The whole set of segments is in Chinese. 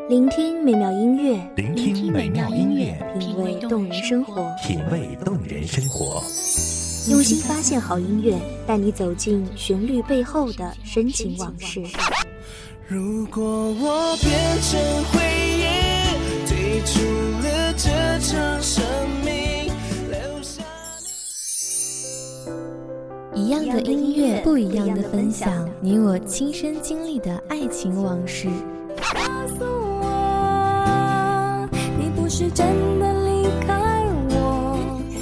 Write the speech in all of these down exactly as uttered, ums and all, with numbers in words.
聆听美妙音乐， 聆听美妙音乐， 品味动人生活， 品味动人生活。 用心发现好音乐，带你走进旋律背后的深情往事。 如果我变成回忆，退出了这场生命，留下一样的音乐，不一样的分享，你我亲身经历的爱情往事。 告诉我，你不是真的离开我。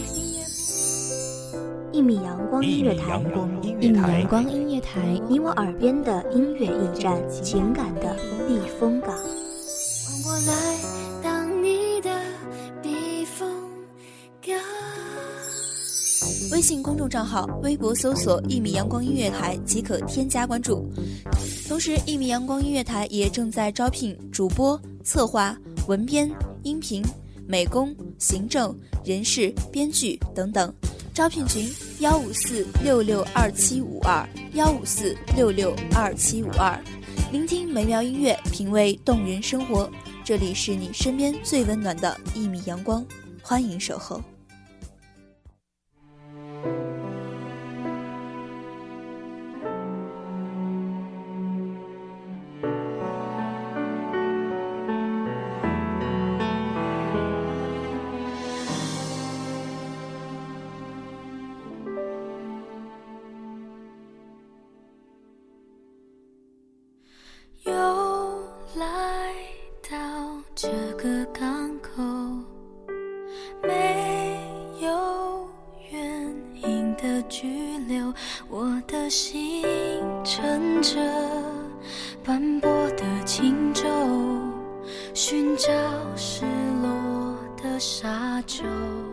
一米阳光音乐台， 一米阳光音乐台， 你我耳边的音乐驿站，情感的避风港。 让我来当你的避风港。 微信公众账号、微博搜索“一米阳光音乐台”即可添加关注。同时，一米阳光音乐台也正在招聘主播、策划、文编、音频、美工、行政、人事、编剧等等。招聘群：幺五四六六二七五二幺五四六六二七五二。聆听美妙音乐，品味动人生活。这里是你身边最温暖的一米阳光，欢迎守候。 又来到这个港口，没有原因的拘留，我的心乘着斑驳的轻舟，寻找失落的沙洲。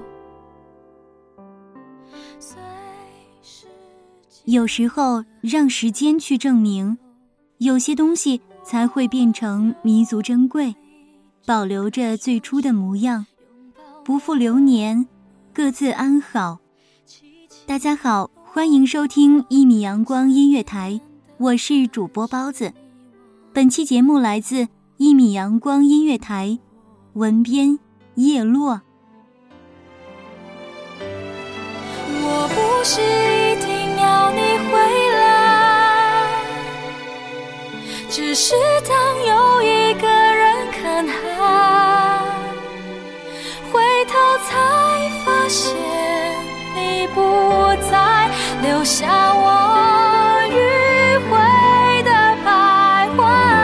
有时候让时间去证明，有些东西才会变成弥足珍贵，保留着最初的模样，不负流年，各自安好。大家好，欢迎收听一米阳光音乐台，我是主播包子。本期节目来自一米阳光音乐台，文编叶落。 我不是一定要你回来，只是当有一个人看海，回头才发现你不在，留下我迂回的徘徊。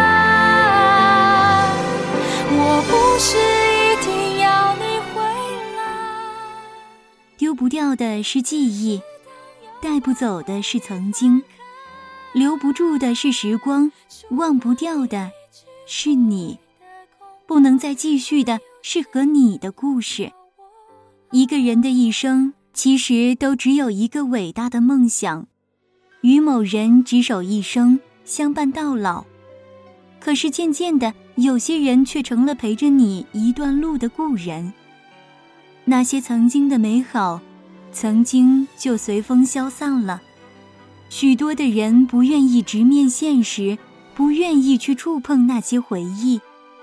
我不是一定要你回来。 丢不掉的是记忆，带不走的是曾经，留不住的是时光，忘不掉的是你，不能再继续的是和你的故事。一个人的一生其实都只有一个伟大的梦想，与某人执手一生，相伴到老。可是渐渐的，有些人却成了陪着你一段路的故人。那些曾经的美好，曾经就随风消散了。许多的人不愿意直面现实，不愿意去触碰那些回忆。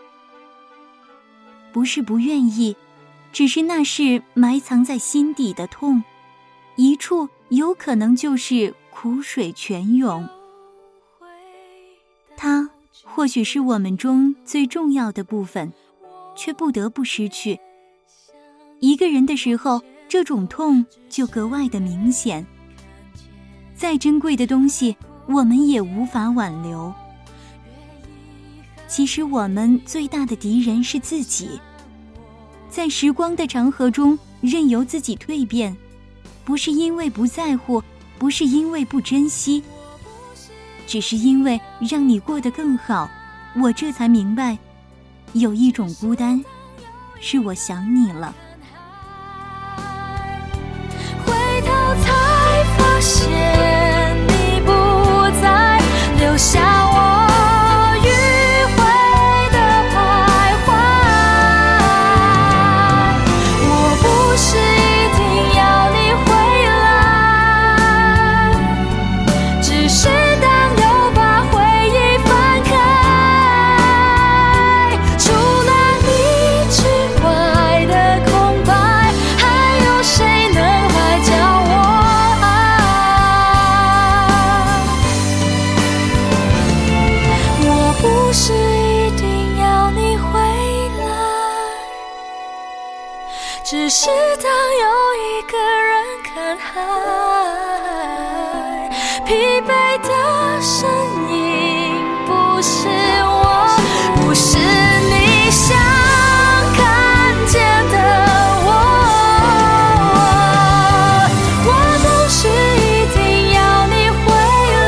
不是不愿意，只是那是埋藏在心底的痛，一触有可能就是苦水泉涌。它或许是我们中最重要的部分，却不得不失去。一个人的时候，这种痛就格外的明显。再珍贵的东西，我们也无法挽留。其实我们最大的敌人是自己，在时光的长河中任由自己蜕变，不是因为不在乎，不是因为不珍惜，只是因为让你过得更好。我这才明白，有一种孤单，是我想你了。 回头才发现你不在，留下我迂回的徘徊。我不是一定要你回来，只是当又把回忆翻开， 是一定要你回来，只是当有一个人看海，疲惫的身影不是我，不是你想看见的我，我不是一定要你回来，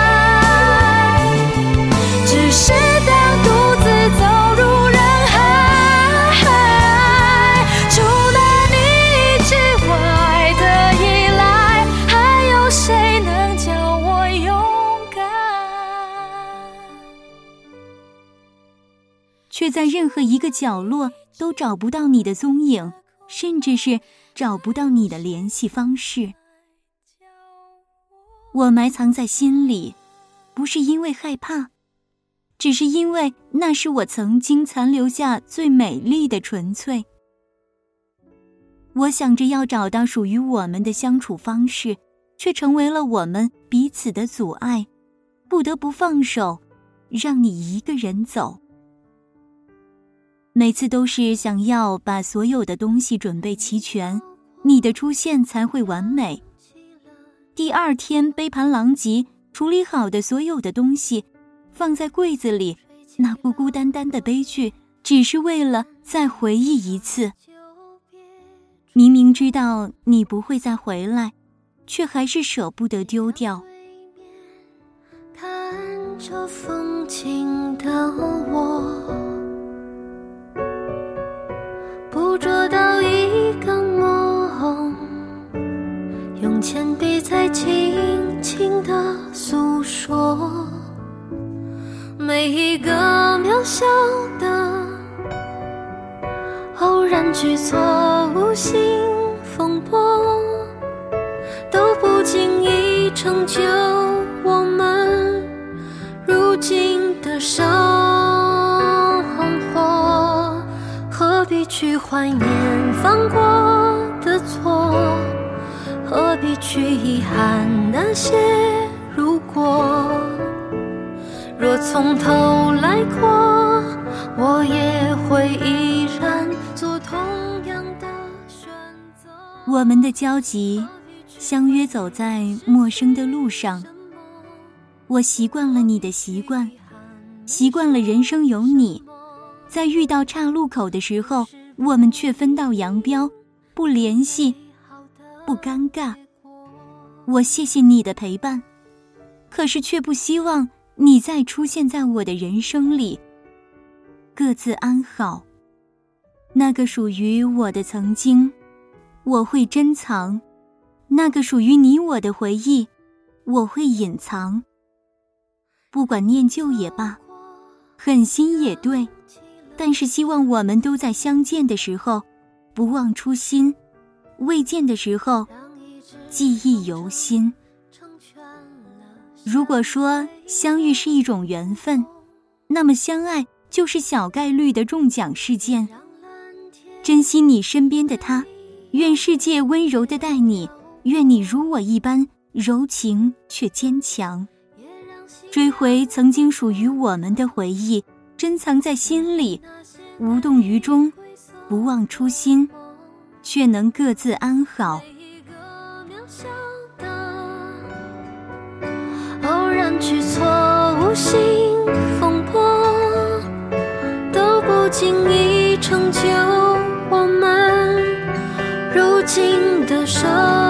只是当独自走入人海，除了你之外的依赖，还有谁能叫我勇敢？ 却在任何一个角落都找不到你的踪影，甚至是找不到你的联系方式。我埋藏在心里，不是因为害怕，只是因为那是我曾经残留下最美丽的纯粹。我想着要找到属于我们的相处方式，却成为了我们彼此的阻碍，不得不放手，让你一个人走。每次都是想要把所有的东西准备齐全，你的出现才会完美。第二天杯盘狼藉，处理好的所有的东西放在柜子里，那孤孤单单的悲剧，只是为了再回忆一次。明明知道你不会再回来，却还是舍不得丢掉。 看着风景的我，捕捉到一个梦，用铅笔在轻轻地诉说，每一个渺小的偶然举措，无心风波，都不经意成就我们如今的生活。何必去怀念犯过的错，何必去遗憾那些如果，若从头来过，我也会依然做同样的选择。 我们的交集，相约走在陌生的路上，我习惯了你的习惯，习惯了人生有你。在遇到岔路口的时候，我们却分道扬镳，不联系，不尴尬。我谢谢你的陪伴，可是却不希望你再出现在我的人生里。各自安好，那个属于我的曾经，我会珍藏；那个属于你我的回忆，我会隐藏。不管念旧也罢，狠心也对，但是希望我们都在相见的时候不忘初心，未见的时候记忆犹新。如果说相遇是一种缘分，那么相爱就是小概率的中奖事件。珍惜你身边的他，愿世界温柔地待你，愿你如我一般柔情却坚强。追回曾经属于我们的回忆，珍藏在心里，无动于衷，不忘初心，却能各自安好。 偶然举措，无心风波，都不经意成就我们如今的生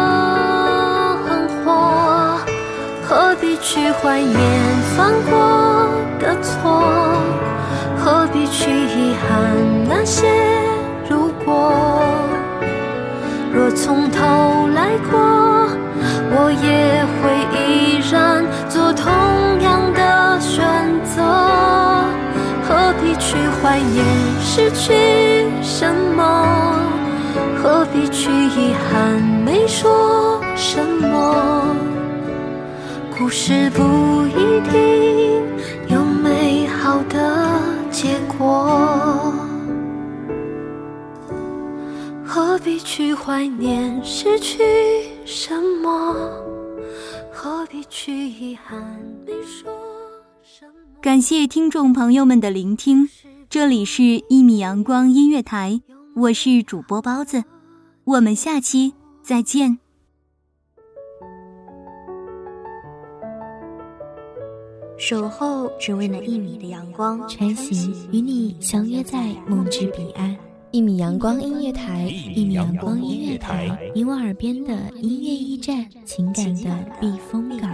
活。何必去怀念犯过的错，何必去遗憾那些如果，若从头来过，我也会依然做同样的选择。何必去怀念失去什么，何必去遗憾没说什么。故事不一定有美好的结果，何必去怀念失去什么，何必去遗憾没说什么。 感谢听众朋友们的聆听，这里是一米阳光音乐台，我是主播包子，我们下期再见。 守候只为那一米的阳光， 穿行与你相约在梦之彼岸。一米阳光音乐台，一米阳光音乐台，你我耳边的音乐驿站，情感的避风港。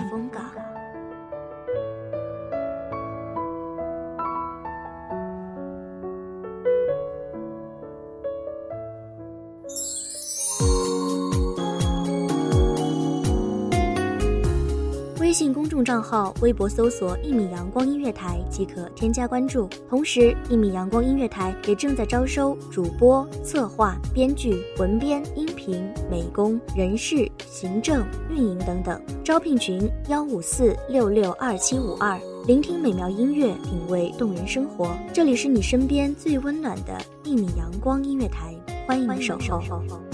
微信公众账号、微博搜索一米阳光音乐台即可添加关注。同时，一米阳光音乐台也正在招收主播、策划、编剧、文编、音频、美工、人事、行政、运营等等。招聘群：幺五四六六二七五二。聆听美妙音乐，品味动人生活。这里是你身边最温暖的一米阳光音乐台，欢迎守候。